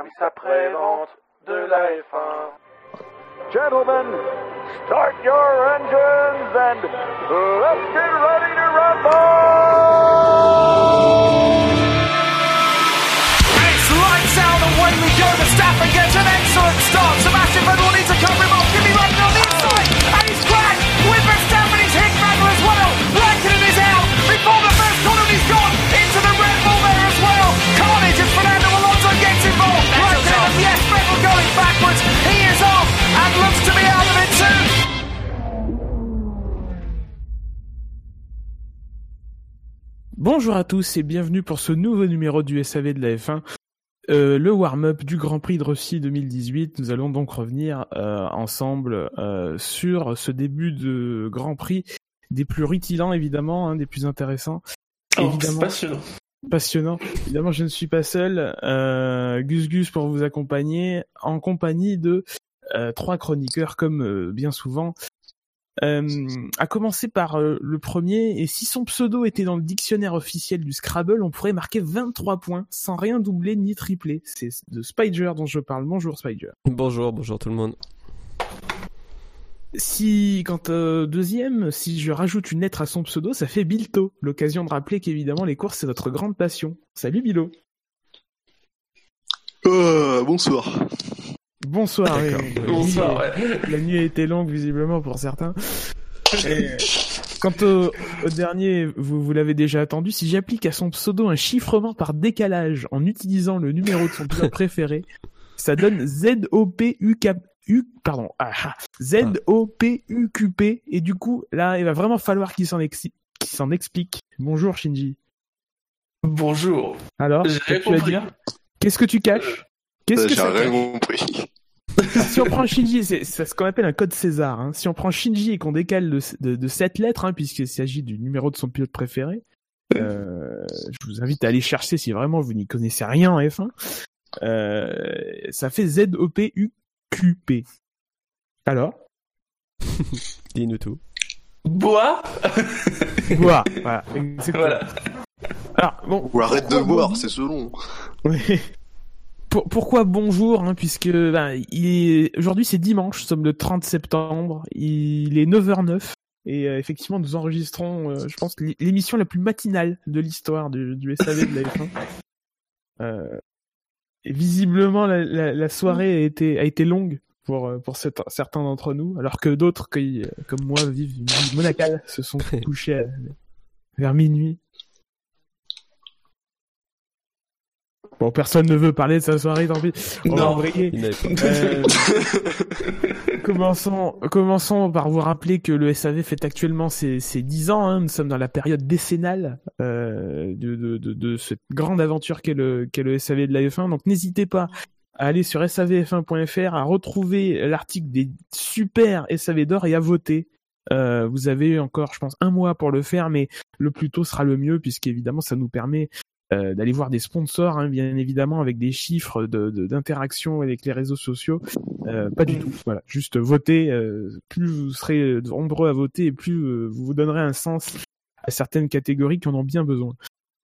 service après-vente de la F1. Gentlemen, start your engines and let's get ready to rumble! It's lights out, away we go. Verstappen gets an excellent start. Sebastian Vettel needs to cover him off. Kimi Raikkonen on the inside, and he's crashed with Verstappen. He's hit Vettel as well. Raikkonen is out before the first corner. He's gone into the Red Bull there as well. Carnage as Fernando Alonso gets involved. Raikkonen, yes, Vettel going backwards. He is off and looks to be out of it soon. Bonjour à tous et bienvenue pour ce nouveau numéro du SAV de la F1, le warm-up du Grand Prix de Russie 2018. Nous allons donc revenir ensemble sur ce début de Grand Prix des plus rutilants évidemment, des plus intéressants. Évidemment, passionnant. Évidemment, je ne suis pas seul. Gus pour vous accompagner en compagnie de trois chroniqueurs comme bien souvent. À commencer par le premier, et si son pseudo était dans le dictionnaire officiel du Scrabble, on pourrait marquer 23 points sans rien doubler ni tripler. C'est de Spider dont je parle. Bonjour Spider. Bonjour tout le monde. Deuxième, si je rajoute une lettre à son pseudo, ça fait Bilto. L'occasion de rappeler qu'évidemment les courses c'est notre grande passion. Salut Bilo. Bonsoir. Bonsoir. Bonsoir. La nuit a été longue visiblement pour certains. Et quant au dernier, vous l'avez déjà attendu, si j'applique à son pseudo un chiffrement par décalage en utilisant le numéro de son pilote préféré, ça donne ZOPUQP, et du coup, là, il va vraiment falloir qu'il s'en explique. Bonjour Shinji. Bonjour. Alors, qu'est-ce que tu caches? Qu'est-ce que j'ai rien compris. Si on prend Shinji, c'est ce qu'on appelle un code César. Si on prend Shinji et qu'on décale de 7 lettres, puisqu'il s'agit du numéro de son pilote préféré, je vous invite à aller chercher si vraiment vous n'y connaissez rien en F1. Ça fait ZOPUQP. Alors? Dis-nous tout. Bois. Voilà. Voilà. Alors, bon. Ou arrête de boire, c'est selon. Oui. Pourquoi bonjour, puisque aujourd'hui c'est dimanche, nous sommes le 30 septembre, il est 9h09 et effectivement nous enregistrons je pense l'émission la plus matinale de l'histoire du SAV de la F1. Et visiblement la soirée a été longue pour certains d'entre nous, alors que d'autres comme moi vivent une vie monacale, se sont couchés vers minuit. Bon, personne ne veut parler de sa soirée, tant pis. On va embrayer. Commençons par vous rappeler que le SAV fête actuellement ses 10 ans. Nous sommes dans la période décennale de cette grande aventure qu'est le SAV de la F1. Donc n'hésitez pas à aller sur savf1.fr, à retrouver l'article des super SAV d'or et à voter. Vous avez encore, je pense, 1 mois pour le faire, mais le plus tôt sera le mieux, puisqu'évidemment ça nous permet d'aller voir des sponsors, bien évidemment, avec des chiffres d'interaction avec les réseaux sociaux. Pas du tout. Voilà, juste votez. Plus vous serez nombreux à voter, et plus vous donnerez un sens à certaines catégories qui en ont bien besoin.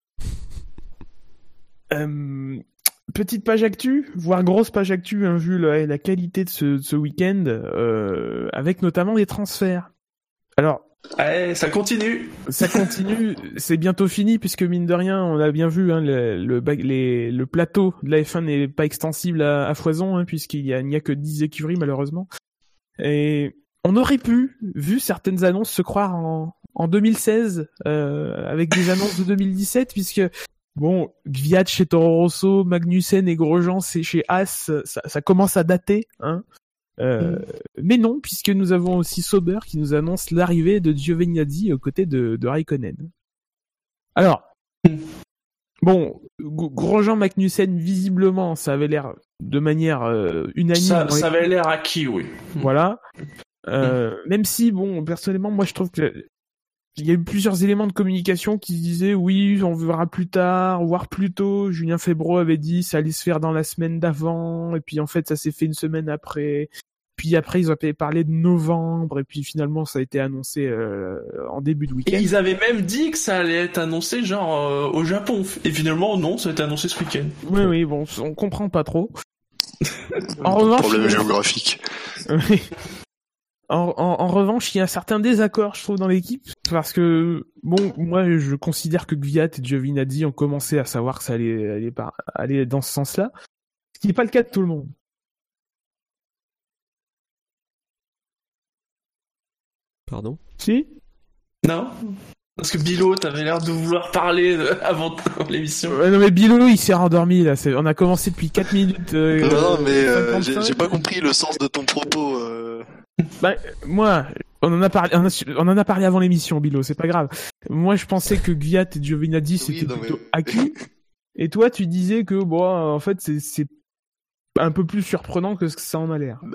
Petite page actu, voire grosse page actu, vu la qualité de ce week-end, avec notamment les transferts. Alors, ça continue. C'est bientôt fini puisque mine de rien, on a bien vu le plateau de la F1 n'est pas extensible à foison, puisqu'il n'y a que 10 écuries malheureusement. Et on aurait pu, vu certaines annonces, se croire en 2016 avec des annonces de 2017, puisque bon, Kvyat chez Toro Rosso, Magnussen et Grosjean c'est chez Haas, ça commence à dater, mais non, puisque nous avons aussi Sauber qui nous annonce l'arrivée de Giovinazzi aux côtés de Raikkonen. Alors, bon, Grosjean, Magnussen, visiblement, ça avait l'air de manière unanime. Ça avait l'air acquis, oui. Voilà. Même si, bon, personnellement, moi je trouve que il y a eu plusieurs éléments de communication qui disaient oui, on verra plus tard, voire plus tôt. Julien Febvre avait dit ça allait se faire dans la semaine d'avant, et puis en fait ça s'est fait une semaine après. Puis après ils avaient parlé de novembre, et puis finalement ça a été annoncé en début de week-end. Et ils avaient même dit que ça allait être annoncé genre au Japon. Et finalement non, ça a été annoncé ce week-end. Oui, bon, on comprend pas trop. En revanche, Problème géographique. Oui. En revanche, il y a un certain désaccord, je trouve, dans l'équipe, parce que, bon, moi, je considère que Gviat et Giovinazzi ont commencé à savoir que ça allait dans ce sens-là, ce qui n'est pas le cas de tout le monde. Pardon? Si? Non? Parce que Bilo, t'avais l'air de vouloir parler avant l'émission. Non, mais Bilo, il s'est rendormi, là. On a commencé depuis 4 minutes. Non, mais 55. j'ai pas compris le sens de ton propos. Bah, moi, on en a parlé avant l'émission, Bilo, c'est pas grave. Moi, je pensais que Gviat et Giovinazzi, c'était non, plutôt mais- acquis. Et toi, tu disais que, bon, en fait, c'est un peu plus surprenant que ce que ça en a l'air.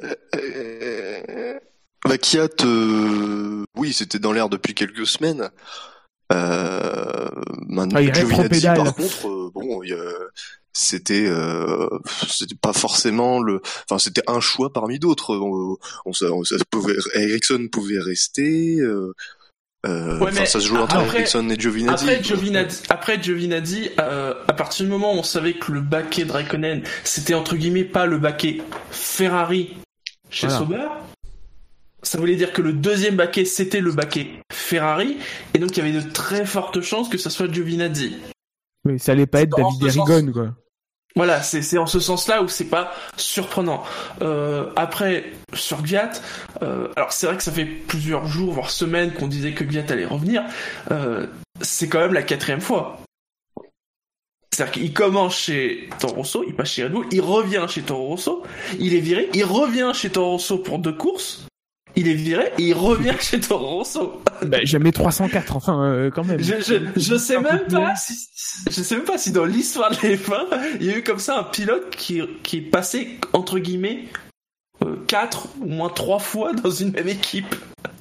Kiat, oui, c'était dans l'air depuis quelques semaines. Maintenant, il Giovinazzi, rétropédale. par contre, c'était pas forcément c'était un choix parmi d'autres. Eriksson pouvait rester. mais Ça se joue entre après- Eriksson et Giovinazzi. Après Giovinazzi, à partir du moment où on savait que le baquet de Raikkonen, c'était entre guillemets pas le baquet Ferrari chez Voilà. Sauber, ça voulait dire que le deuxième baquet, c'était le baquet Ferrari, et donc il y avait de très fortes chances que ça soit Giovinazzi. Mais ça allait pas être Dans David ce sens. Erigon, quoi. Voilà, c'est en ce sens-là où c'est pas surprenant. Après, sur Gviat, alors c'est vrai que ça fait plusieurs jours, voire semaines qu'on disait que Gviat allait revenir, c'est quand même la 4e fois. C'est-à-dire qu'il commence chez Toro Rosso, il passe chez Red Bull, il revient chez Toro Rosso, il est viré, il revient chez Toro Rosso pour 2 courses, il est viré et il revient chez Toro Rosso. Bah, jamais 304, enfin, quand même. Je sais même pas si dans l'histoire de l'F1, il y a eu comme ça un pilote qui est passé, entre guillemets, 4 ou moins 3 fois dans une même équipe.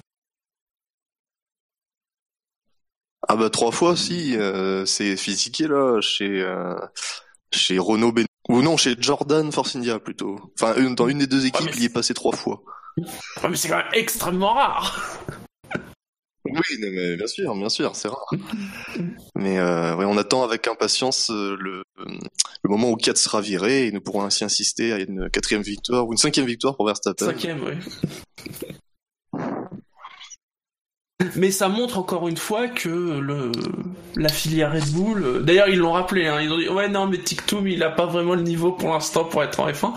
Ah bah 3 fois si, c'est Fisichella là chez Renault ou non chez Jordan Force India plutôt. Enfin dans une des deux équipes mais il y est passé 3 fois. Ouais, mais c'est quand même extrêmement rare. Oui, non, mais bien sûr, c'est rare. Mais ouais, on attend avec impatience le moment où 4 sera viré et nous pourrons ainsi insister à une 4e victoire ou une 5e victoire pour Verstappen. 5e, oui. Mais ça montre encore une fois que la filière Red Bull, d'ailleurs ils l'ont rappelé, hein, ils ont dit ouais non mais Tiktum il a pas vraiment le niveau pour l'instant pour être en F1.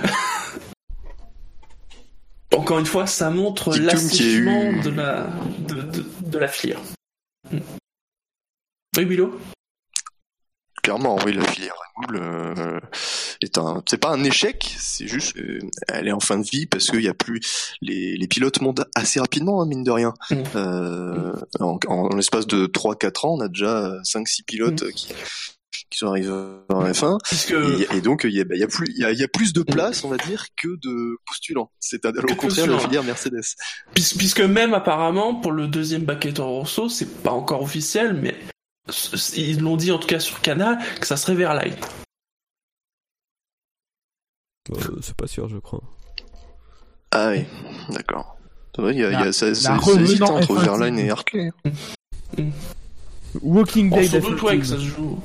Encore une fois, ça montre Tiktum l'assèchement qui a de la filière. Oui, Bilo. Clairement, oui, la filière Red Bull c'est pas un échec, c'est juste elle est en fin de vie parce qu'il y a plus les pilotes montent assez rapidement, hein, mine de rien. En l'espace de 3-4 ans, on a déjà 5-6 pilotes qui sont arrivés en F1 et donc il y a plus de place, on va dire, que de postulants. C'est au contraire de la filière Mercedes. Puisque même apparemment pour le deuxième baquet Toro Rosso, c'est pas encore officiel, mais ils l'ont dit en tout cas sur Canal que ça serait Verlaine. C'est pas sûr, je crois. Ah oui, d'accord. Ouais, ça hésite revenant entre F1 Verlaine et Hartley. Walking Day Sans doute ouais que ça se joue.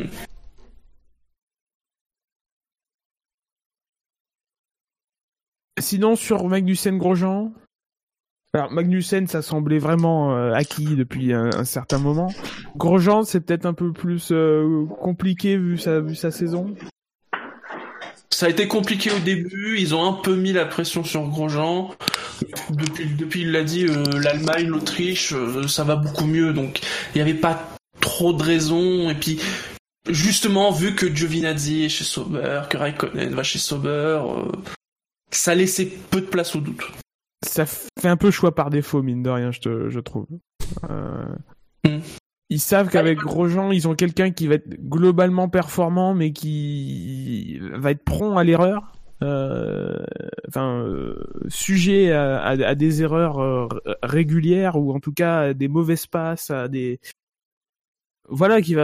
Sinon, sur Magnussen-Grosjean, alors Magnussen, ça semblait vraiment acquis depuis un certain moment. Grosjean, c'est peut-être un peu plus compliqué vu sa saison. Ça a été compliqué au début, ils ont un peu mis la pression sur Grosjean. Depuis il l'a dit, l'Allemagne, l'Autriche, ça va beaucoup mieux, donc il n'y avait pas trop de raisons. Et puis, justement, vu que Giovinazzi est chez Sauber, que Raikkonen va chez Sauber, ça laissait peu de place au doute. Ça fait un peu choix par défaut, mine de rien, je trouve. Ils savent qu'avec Grosjean, ils ont quelqu'un qui va être globalement performant, mais qui va être prompt à l'erreur. Sujet à des erreurs régulières, ou en tout cas à des mauvaises passes, à des... Voilà, qui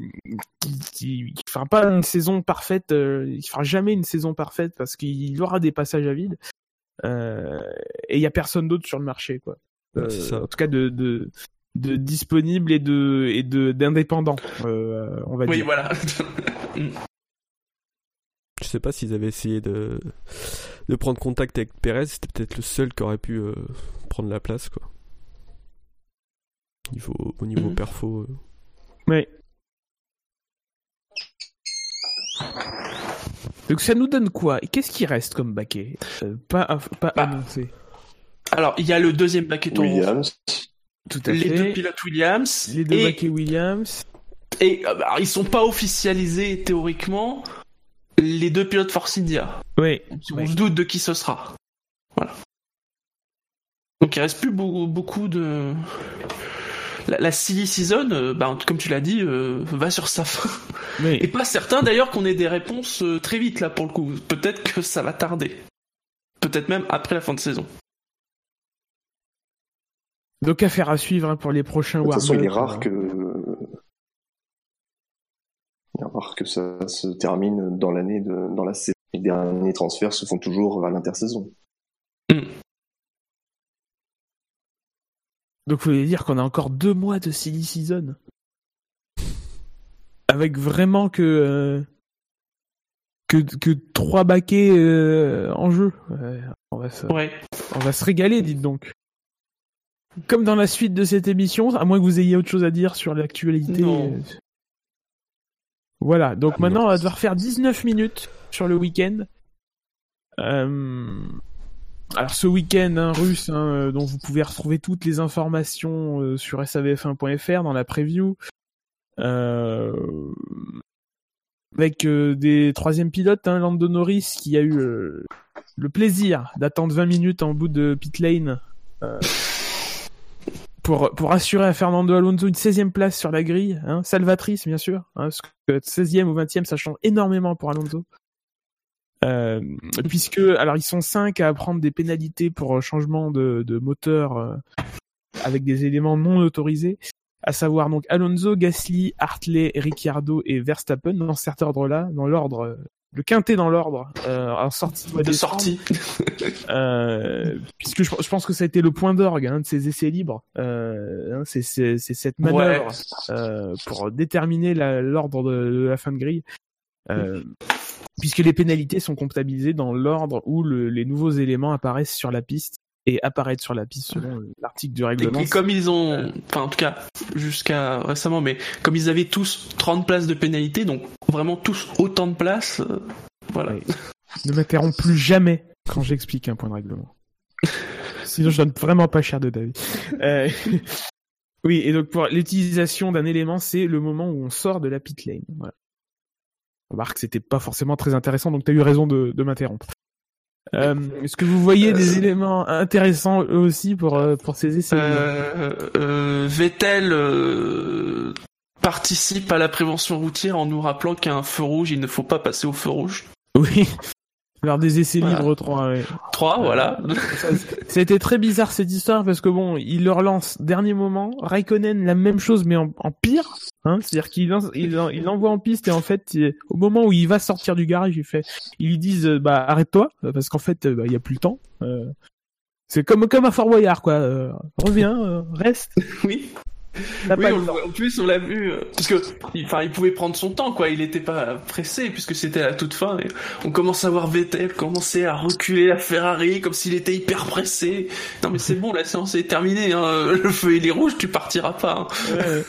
fera pas une saison parfaite, il fera jamais une saison parfaite parce qu'il aura des passages à vide. Et il y a personne d'autre sur le marché, quoi. C'est ça. En tout cas de disponible et d'indépendant, on va dire. Oui, voilà. sais pas s'ils avaient essayé de prendre contact avec Perez, c'était peut-être le seul qui aurait pu prendre la place, quoi. Au niveau perfo. Ouais. Donc ça nous donne quoi? Qu'est-ce qui reste comme baquet? Pas annoncé. Alors, il y a le deuxième baquet Toro Rosso. Williams. Tout à Les fait. deux pilotes Williams. Les deux baquets Williams. Et alors, ils sont pas officialisés théoriquement. Les deux pilotes Force India. Oui. On se doute de qui ce sera. Voilà. Donc il reste plus beaucoup de... La silly season, comme tu l'as dit, va sur sa fin. Oui. Et pas certain d'ailleurs qu'on ait des réponses très vite là pour le coup. Peut-être que ça va tarder. Peut-être même après la fin de saison. Donc affaire à suivre pour les prochains De toute façon, warm-up. il est rare que ça se termine dans l'année dans la saison. Les derniers transferts se font toujours à l'intersaison. Donc vous voulez dire qu'on a encore 2 mois de silly season, avec vraiment que 3 baquets en jeu. On va se régaler, dites donc. Comme dans la suite de cette émission, à moins que vous ayez autre chose à dire sur l'actualité. Non. Voilà, donc maintenant on va devoir faire 19 minutes sur le week-end. Alors ce week-end russe, dont vous pouvez retrouver toutes les informations sur savf1.fr dans la preview, avec des troisième pilotes, Lando Norris qui a eu le plaisir d'attendre 20 minutes en bout de pit lane pour assurer à Fernando Alonso une 16e place sur la grille, salvatrice bien sûr, parce que 16e ou 20e ça change énormément pour Alonso. Puisque alors ils sont 5 à prendre des pénalités pour changement de moteur avec des éléments non autorisés, à savoir donc Alonso, Gasly, Hartley, Ricciardo et Verstappen dans cet ordre-là, dans l'ordre, le quintet dans l'ordre en sortie de sortie. Puisque je pense que ça a été le point d'orgue de ces essais libres, c'est cette manœuvre pour déterminer l'ordre de la fin de grille. Puisque les pénalités sont comptabilisées dans l'ordre où les nouveaux éléments apparaissent sur la piste et apparaître sur la piste selon l'article du règlement. Et comme ils ont, en tout cas jusqu'à récemment, mais comme ils avaient tous 30 places de pénalité, donc vraiment tous autant de places, voilà. Oui. Ne m'interromps plus jamais quand j'explique un point de règlement. Sinon je donne vraiment pas cher de David. Oui, et donc pour l'utilisation d'un élément, c'est le moment où on sort de la pit lane. Voilà. Remarque, c'était pas forcément très intéressant, donc t'as eu raison de m'interrompre. Est-ce que vous voyez des éléments intéressants eux aussi pour ces essais? Vettel participe à la prévention routière en nous rappelant qu'à un feu rouge, il ne faut pas passer au feu rouge. Oui. Alors des essais libres 3, ouais. 3, voilà. Ça a été très bizarre cette histoire parce que bon, il le relance dernier moment. Raikkonen la même chose mais en pire, c'est-à-dire qu'il l'envoie en piste et en fait au moment où il va sortir du garage, ils lui disent arrête-toi parce qu'en fait il y a plus le temps. C'est comme à Fort Boyard quoi. Reviens, reste. Oui. Oui, en plus on l'a vu parce que il pouvait prendre son temps quoi, il était pas pressé puisque c'était à la toute fin et on commence à voir Vettel commencer à reculer la Ferrari comme s'il était hyper pressé. Non mais c'est bon, la séance est terminée, le feu il est rouge, tu partiras pas. Ouais.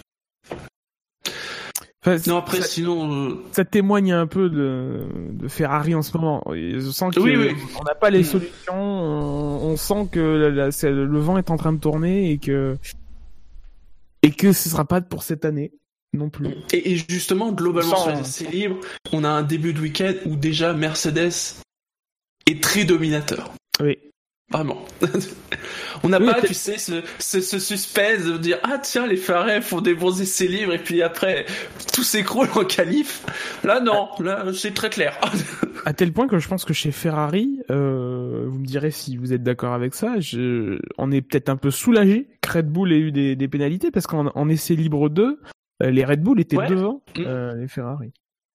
Enfin, non après sinon ça témoigne un peu de Ferrari en ce moment. Je sens que on n'a pas les solutions, on sent que le vent est en train de tourner et que ce sera pas pour cette année non plus. Et justement, globalement, sur les essais libres, on a un début de week-end où déjà Mercedes est très dominateur. Oui. Vraiment. On n'a pas, tu sais, ce suspense de dire ah tiens, les Ferrari font des bons essais libres et puis après tout s'écroule en qualif. Là non, là c'est très clair. À tel point que je pense que chez Ferrari, vous me direz si vous êtes d'accord avec ça, on est peut-être un peu soulagé que Red Bull ait eu des pénalités parce qu'en essai libre 2, les Red Bull étaient devant les Ferrari.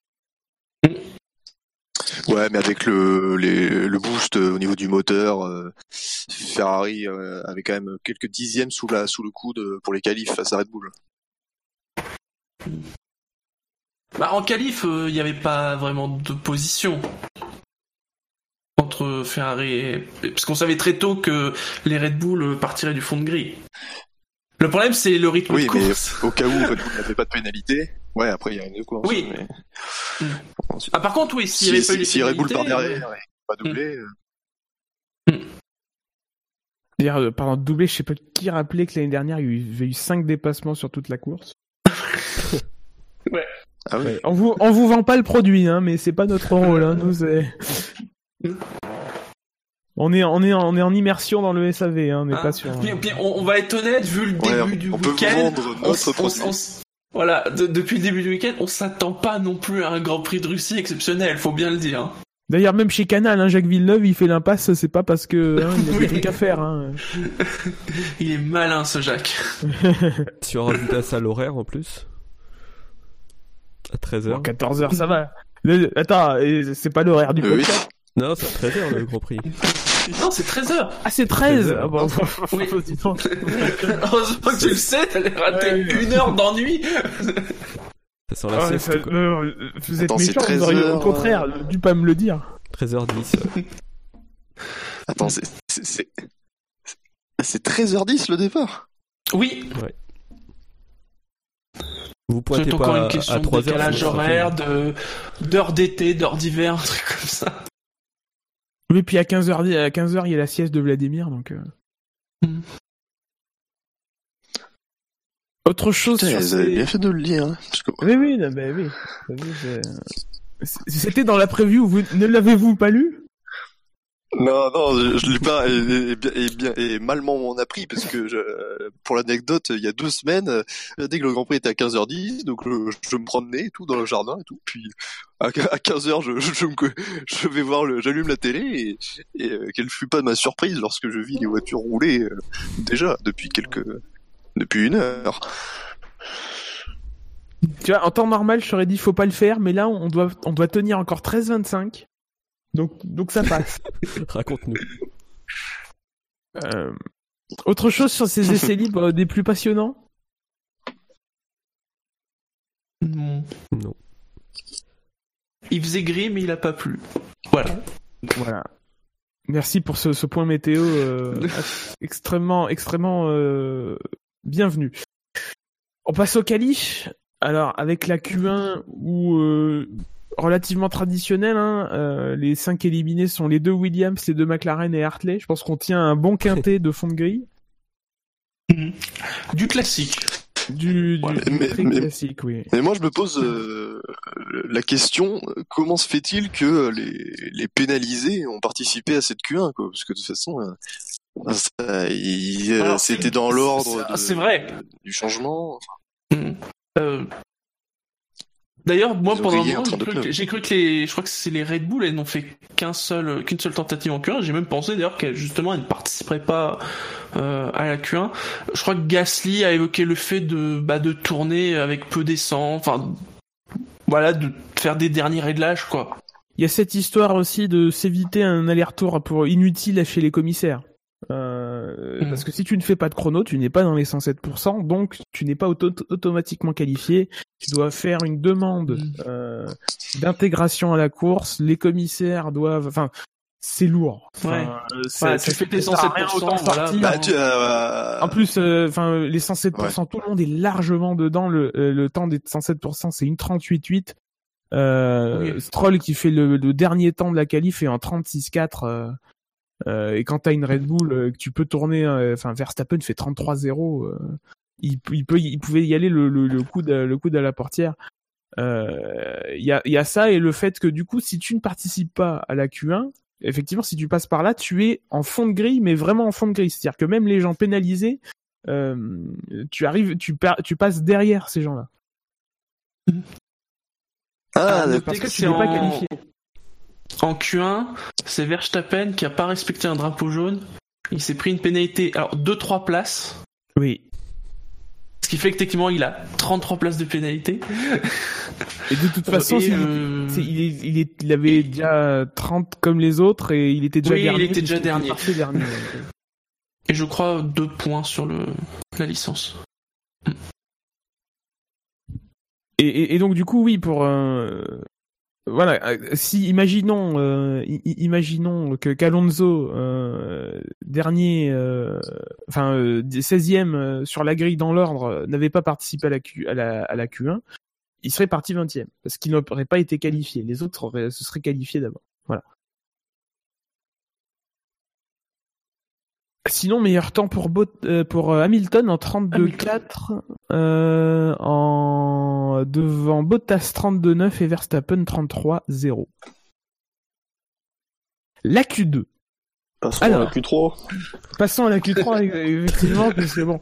Ouais, mais avec le boost au niveau du moteur, Ferrari avait quand même quelques dixièmes sous le coude pour les qualifs face à Red Bull. Bah, en qualif, il n'y avait pas vraiment d'opposition entre Ferrari et... Parce qu'on savait très tôt que les Red Bull partiraient du fond de grille. Le problème, c'est le rythme de course. Mais au cas où Red Bull n'avait pas de pénalité, ouais, après il y a une course. Oui. Mais... Ah, par contre, oui, s'il n'y avait pas eu les si Red Bull part derrière et pas doublé... D'ailleurs, parlant de doublé, je sais pas qui rappelait que l'année dernière, il y avait eu 5 dépassements sur toute la course. Ouais. Ah oui. On vous vend pas le produit, hein, mais c'est pas notre rôle, hein, nous c'est... On est en immersion dans le SAV, hein, on n'est pas sûr. Puis on va être honnête, vu le début du week-end, peut vendre notre produit. Voilà, depuis le début du week-end, on s'attend pas non plus à un Grand Prix de Russie exceptionnel, faut bien le dire. Hein. D'ailleurs, même chez Canal, hein, Jacques Villeneuve, il fait l'impasse, c'est pas parce que il y a des trucs à faire. Hein. Il est malin, ce Jacques. Si on rajoute à ça l'horaire en plus, à 13h. Bon, 14h, ça va. Attends, c'est pas l'horaire du podcast. Non, c'est à 13h le Grand Prix. Non, c'est 13h. Ah, c'est 13. Ah, bon, oui. Heureusement que tu le sais, t'allais rater une heure d'ennui. Ça sent la sieste, quoi. Vous êtes méchants, vous auriez au contraire dû pas me le dire. 13h10. Attends, c'est 13h10 le départ. Oui. Ouais. Vous pointez c'est pas encore une question à 3h. De décalage horaire, d'heure d'été, d'heure d'hiver, un truc comme ça. Oui, puis à 15h, il y a la sieste de Vladimir, donc... Autre chose... Putain, vous avez bien fait de le lire. Hein, parce que... Oui. C'était dans la preview, ne l'avez-vous pas lu ? Non, je l'ai pas, et malement m'en a pris, parce que pour l'anecdote, il y a 2 semaines, dès que le Grand Prix était à 15h10, donc je me promenais et tout dans le jardin et tout, puis à 15h, je vais voir j'allume la télé et quelle fut pas ma surprise lorsque je vis les voitures rouler déjà depuis une heure. Tu vois, en temps normal, je t'aurais dit faut pas le faire, mais là, on doit tenir encore 13h25. Donc ça passe. Raconte-nous. Autre chose sur ces essais libres des plus passionnants ? Non. Il faisait gris, mais il a pas plu. Voilà. Merci pour ce point météo extrêmement bienvenu. On passe au qualif. Alors, avec la Q1 où... relativement traditionnel, hein. Les 5 éliminés sont les 2 Williams, les 2 McLaren et Hartley. Je pense qu'on tient un bon quintet de fond de grille. Du classique. Du classique, oui. Mais moi, je me pose la question, comment se fait-il que les pénalisés ont participé à cette Q1, quoi ? Parce que de toute façon, c'était dans l'ordre c'est vrai. Du changement. D'ailleurs, moi, pendant un moment, j'ai cru que je crois que c'est les Red Bull, elles n'ont fait qu'une seule tentative en Q1. J'ai même pensé d'ailleurs qu'elles, justement, elles ne participeraient pas à la Q1. Je crois que Gasly a évoqué le fait de tourner avec peu d'essence, enfin, voilà, de faire des derniers réglages, quoi. Il y a cette histoire aussi de s'éviter un aller-retour inutile chez les commissaires. Parce que si tu ne fais pas de chrono, tu n'es pas dans les 107%, donc tu n'es pas automatiquement qualifié. Tu dois faire une demande d'intégration à la course. Les commissaires doivent... Enfin, c'est lourd. Enfin, tu fais tes 107%. Voilà. En plus, les 107%, tout le monde est largement dedans. Le temps des 107%, c'est une 38.8. Stroll qui fait le dernier temps de la qualif est en 36.4. Et quand t'as une Red Bull que tu peux tourner, Verstappen fait 33.0, il pouvait y aller le coude à la portière. Il y a ça et le fait que du coup, si tu ne participes pas à la Q1, effectivement, si tu passes par là, tu es en fond de grille, mais vraiment en fond de grille. C'est-à-dire que même les gens pénalisés, tu passes derrière ces gens-là. Parce que tu n'es pas qualifié. En Q1, c'est Verstappen qui a pas respecté un drapeau jaune. Il s'est pris une pénalité, alors 2-3 places. Oui. Ce qui fait que techniquement il a 33 places de pénalité. Et de toute façon, il avait déjà 30 comme les autres et il était déjà dernier. Oui, il était déjà dernier. Et je crois 2 points sur la licence. Et donc du coup, oui, pour voilà, si imaginons que qu'Alonso dernier, 16e sur la grille dans l'ordre, n'avait pas participé à la Q1, il serait parti 20e parce qu'il n'aurait pas été qualifié. Les autres se seraient qualifiés d'abord. Voilà. Sinon, meilleur temps pour Hamilton en 32.4 devant Bottas 32.9 et Verstappen 33.0. La Q2. Passons à la Q3. Passons à la Q3, effectivement, parce que bon.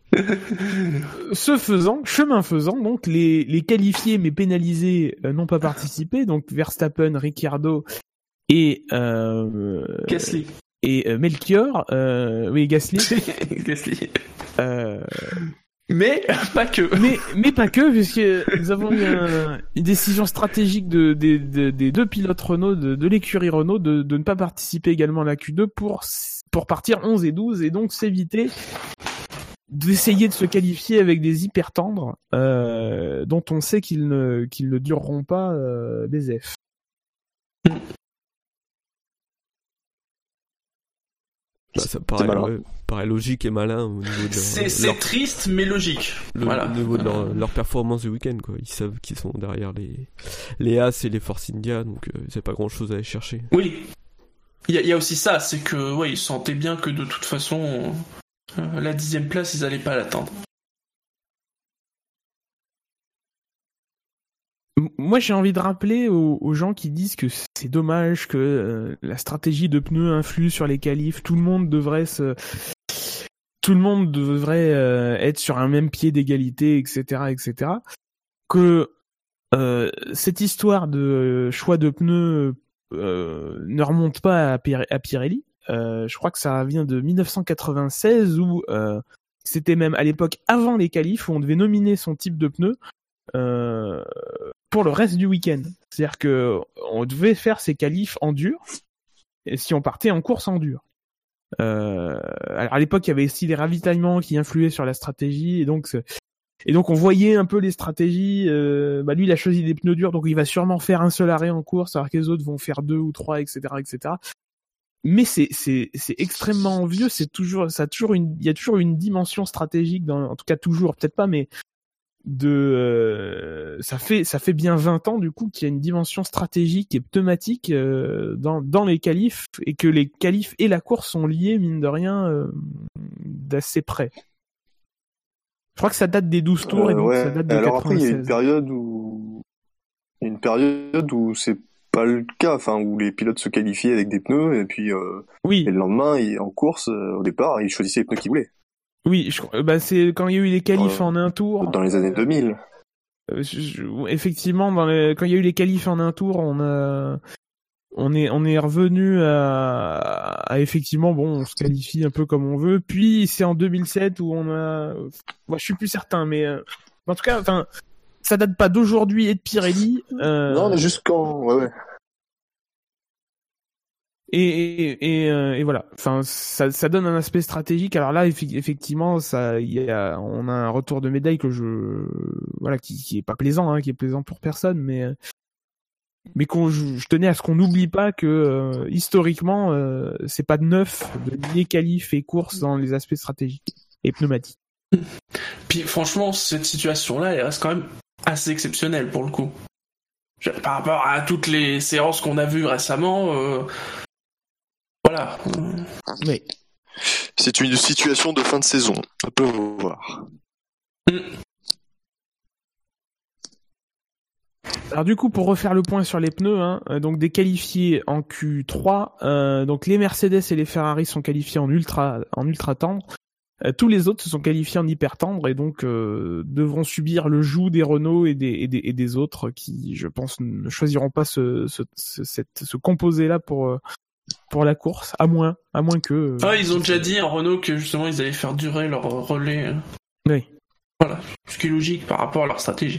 Chemin faisant, donc les qualifiés mais pénalisés n'ont pas participé, donc Verstappen, Ricciardo et Gasly. Et Melchior, oui, Gasly. Gasly. Mais pas que. Mais pas que, puisque nous avons eu une décision stratégique des deux pilotes Renault, de l'écurie Renault, de ne pas participer également à la Q2 pour partir 11 et 12 et donc s'éviter d'essayer de se qualifier avec des hyper tendres, dont on sait qu'ils ne dureront pas des F. Bah, ça paraît logique et malin au niveau de c'est triste mais logique. Voilà. Au niveau de leur performance du week-end, quoi. Ils savent qu'ils sont derrière les As et les Force India, donc c'est pas grand chose à aller chercher. Oui. Il y a aussi ça, c'est que ils sentaient bien que de toute façon la 10e place ils allaient pas l'atteindre. Moi, j'ai envie de rappeler aux gens qui disent que c'est dommage que la stratégie de pneus influe sur les qualifs. Tout le monde devrait être sur un même pied d'égalité, etc., etc. Que cette histoire de choix de pneus ne remonte pas à Pirelli. Je crois que ça vient de 1996 où c'était même à l'époque avant les qualifs où on devait nominer son type de pneu. Pour le reste du week-end. C'est-à-dire que on devait faire ses qualifs en dur, et si on partait en course en dur. Alors à l'époque, il y avait aussi les ravitaillements qui influaient sur la stratégie, et donc on voyait un peu les stratégies. Lui, il a choisi des pneus durs, donc il va sûrement faire un seul arrêt en course, alors que les autres vont faire 2 ou 3, etc., etc. Mais c'est extrêmement vieux. Il y a toujours une dimension stratégique en tout cas toujours, peut-être pas, mais ça fait bien 20 ans du coup qu'il y a une dimension stratégique et pneumatique dans les qualifs, et que les qualifs et la course sont liés mine de rien d'assez près. Je crois que ça date des 12 tours et donc ça date de 96. Alors après il y a une période où c'est pas le cas, où les pilotes se qualifiaient avec des pneus et puis et le lendemain en course au départ ils choisissaient les pneus qu'ils voulaient. Oui, c'est quand il y a eu les qualifs en un tour. Dans les années 2000. Effectivement, quand il y a eu les qualifs en un tour, on est revenu à effectivement, on se qualifie un peu comme on veut. Puis c'est en 2007 où je suis plus certain, mais en tout cas, ça date pas d'aujourd'hui et de Pirelli. Non, mais jusqu'en, ouais. Et voilà. Ça donne un aspect stratégique. Alors là, effectivement, on a un retour de médaille qui est pas plaisant, qui est plaisant pour personne, mais je tenais à ce qu'on n'oublie pas que historiquement, c'est pas de neuf de lier qualif et course dans les aspects stratégiques et pneumatiques. Puis franchement, cette situation-là, elle reste quand même assez exceptionnelle pour le coup. Par rapport à toutes les séances qu'on a vues récemment. Voilà. Mais c'est une situation de fin de saison. On peut voir. Alors du coup, pour refaire le point sur les pneus, donc des qualifiés en Q3, donc les Mercedes et les Ferrari sont qualifiés en ultra tendre. Tous les autres se sont qualifiés en hyper tendre et donc devront subir le joug des Renault et des autres qui, je pense, ne choisiront pas ce composé-là pour la course, à moins que... ils ont déjà dit en Renault que justement ils allaient faire durer leur relais. Oui. Voilà, ce qui est logique par rapport à leur stratégie.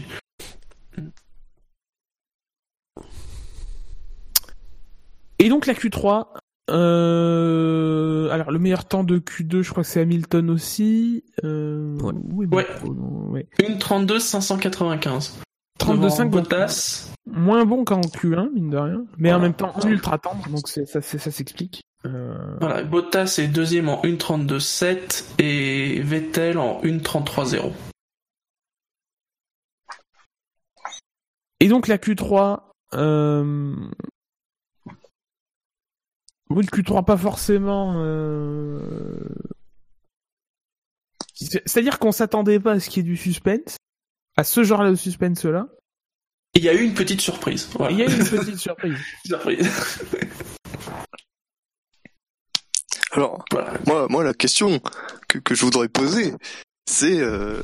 Et donc la Q3, alors le meilleur temps de Q2, je crois que c'est Hamilton aussi. Ouais. 1:32.595. 32,5 Bottas. Moins bon qu'en Q1, mine de rien. Mais en même temps, ultra tendre, donc ça s'explique. Voilà, Bottas est deuxième en 1,32,7 et Vettel en 1,33,0. Et donc la Q3... Oui, le Q3 pas forcément... C'est-à-dire qu'on s'attendait pas à ce qu'il y ait du suspense, à ce genre de suspense-là. Il y a eu une petite surprise. Voilà. Il y a eu une petite surprise. Alors, voilà. moi, la question que je voudrais poser, c'est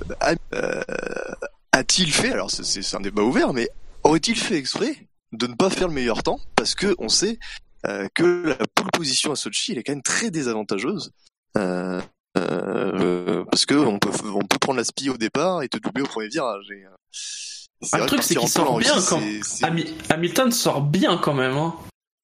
a-t-il fait, alors c'est un débat ouvert, mais aurait-il fait exprès de ne pas faire le meilleur temps, parce que on sait que la pole position à Sochi, elle est quand même très désavantageuse. Parce que on peut prendre la spie au départ et te doubler au premier virage. Et, le truc, c'est qu'il sort bien quand Hamilton sort bien quand même. Hein.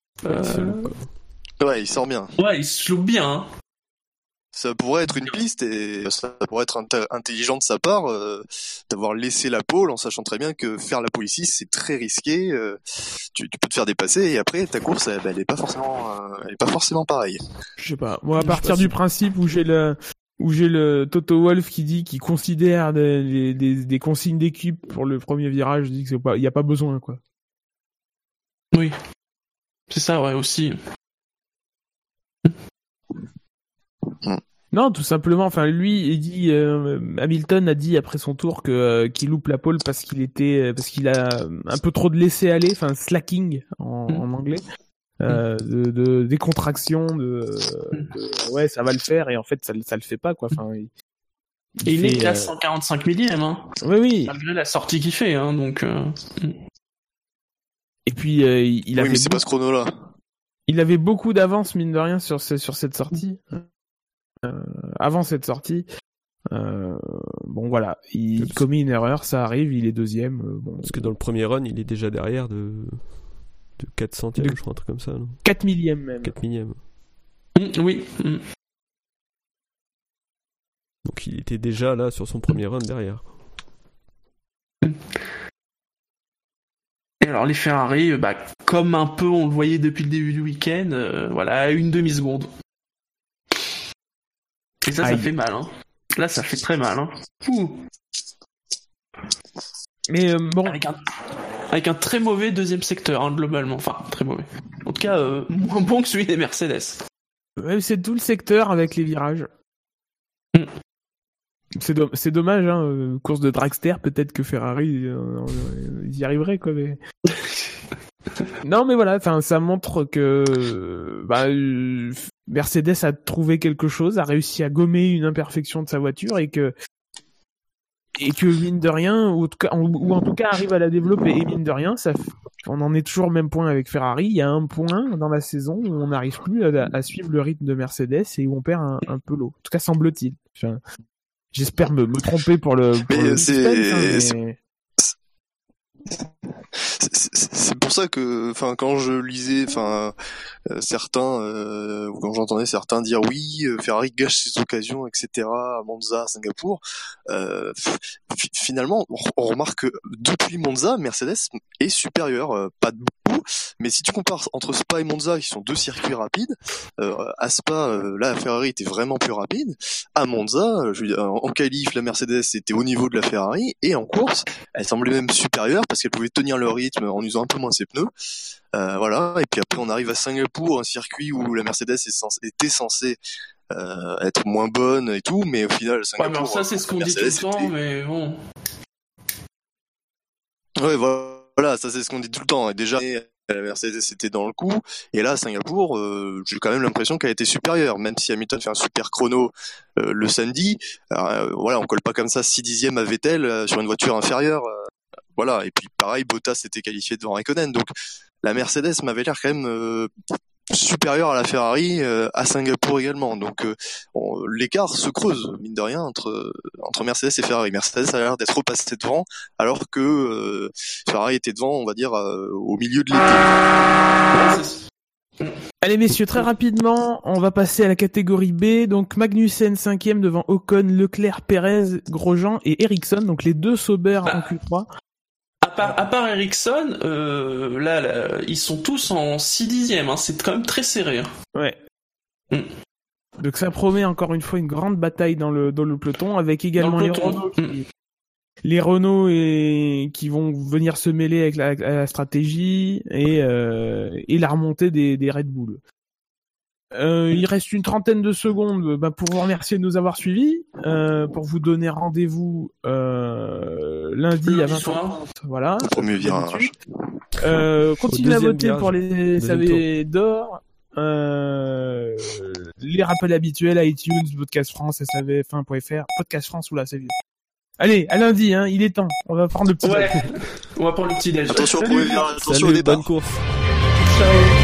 Ouais, il sort bien. Ouais, il se loupe bien. Hein. Ça pourrait être une piste et ça pourrait être intelligent de sa part d'avoir laissé la pole en sachant très bien que faire la pole ici c'est très risqué. Tu peux te faire dépasser et après ta course elle est pas forcément pareille. Je sais pas. Moi, à partir du principe où j'ai le Toto Wolff qui considère des consignes d'équipe pour le premier virage, je dis que il y a pas besoin quoi. Oui. C'est ça, ouais, aussi. Non, tout simplement. Enfin, lui, il dit Hamilton a dit après son tour qu'il loupe la pole parce qu'il a un peu trop de laisser aller, enfin slacking en anglais, de décontraction, ouais, ça va le faire et en fait ça le fait pas quoi. Enfin, il est qu'à 145 millième, hein. Oui. Malgré la sortie qu'il fait, hein, donc. Et puis il avait. Oui, mais c'est pas ce chrono-là. Il avait beaucoup d'avance mine de rien sur cette sortie. Avant cette sortie, bon voilà, il commet une erreur, ça arrive, il est deuxième. Bon. Parce que dans le premier run, il est déjà derrière de 4 centièmes, je crois, un truc comme ça. Non 4 millièmes même. 4 millièmes. Oui. Donc il était déjà là sur son premier run derrière. Et alors les Ferrari, comme un peu on le voyait depuis le début du week-end, voilà, une demi-seconde. Et ça fait mal, hein. Là, ça fait très mal, hein. Ouh. Mais bon. Avec un très mauvais deuxième secteur, hein, globalement. Enfin, très mauvais. En tout cas, moins bon que celui des Mercedes. Ouais, c'est tout le secteur avec les virages. C'est dommage, hein. Course de dragster, peut-être que Ferrari, ils y arriveraient, quoi, mais. Non, mais voilà, enfin, ça montre que Mercedes a trouvé quelque chose, a réussi à gommer une imperfection de sa voiture et que mine de rien, ou en tout cas arrive à la développer. Et mine de rien, on en est toujours au même point avec Ferrari. Il y a un point dans la saison où on n'arrive plus à suivre le rythme de Mercedes et où on perd un peu l'eau. En tout cas, semble-t-il. Enfin, j'espère me tromper pour le suspense, mais... C'est pour ça que, quand je lisais, certains, ou quand j'entendais certains dire oui, Ferrari gâche ses occasions, etc. à Monza, à Singapour. Finalement, on remarque que depuis Monza, Mercedes est supérieur, pas de beaucoup, mais si tu compares entre Spa et Monza, qui sont deux circuits rapides, à Spa, là, Ferrari était vraiment plus rapide. À Monza, en qualif, la Mercedes était au niveau de la Ferrari, et en course, elle semblait même supérieure parce qu'elle pouvait tenir le rythme en usant un peu moins ses pneus. Voilà. Et puis après, on arrive à Singapour, un circuit où la Mercedes était censée être moins bonne et tout, mais au final, Singapour. Ouais, mais ça, c'est ce qu'on dit tout le temps, mais bon. Ouais, voilà, ça c'est ce qu'on dit tout le temps. Et déjà, la Mercedes était dans le coup, et là, à Singapour, j'ai quand même l'impression qu'elle était supérieure, même si Hamilton fait un super chrono le samedi. Voilà, on colle pas comme ça 6 dixièmes à Vettel sur une voiture inférieure. Voilà, et puis pareil, Bottas s'était qualifié devant Raikkonen, donc la Mercedes m'avait l'air quand même supérieure à la Ferrari à Singapour également. Donc l'écart se creuse, mine de rien, entre Mercedes et Ferrari. Mercedes a l'air d'être repassé devant, alors que Ferrari était devant, on va dire, au milieu de l'été. Allez messieurs, très rapidement, on va passer à la catégorie B. Donc Magnussen 5e devant Ocon, Leclerc, Perez, Grosjean et Ericsson. Donc les deux Sauber en Q3. part Ericsson, là, ils sont tous en 6/10, hein. C'est quand même très serré. Hein. Ouais. Donc ça promet encore une fois une grande bataille dans le peloton, avec également les Renault les Renault qui vont venir se mêler avec la stratégie et la remontée des Red Bull. Il reste une trentaine de secondes pour vous remercier de nous avoir suivis, pour vous donner rendez-vous lundi à 20h30. Voilà. Premier virage. Continuez à voter pour les SAV d'or. Les rappels habituels, iTunes, Podcast France, savf1.fr, Podcast France, oula, c'est vieux. Allez, à lundi, hein, il est temps. On va prendre le petit. Ouais. On va prendre le petit déj. Attention au premier virage, attention au Salut, départ. bonne course. Ciao.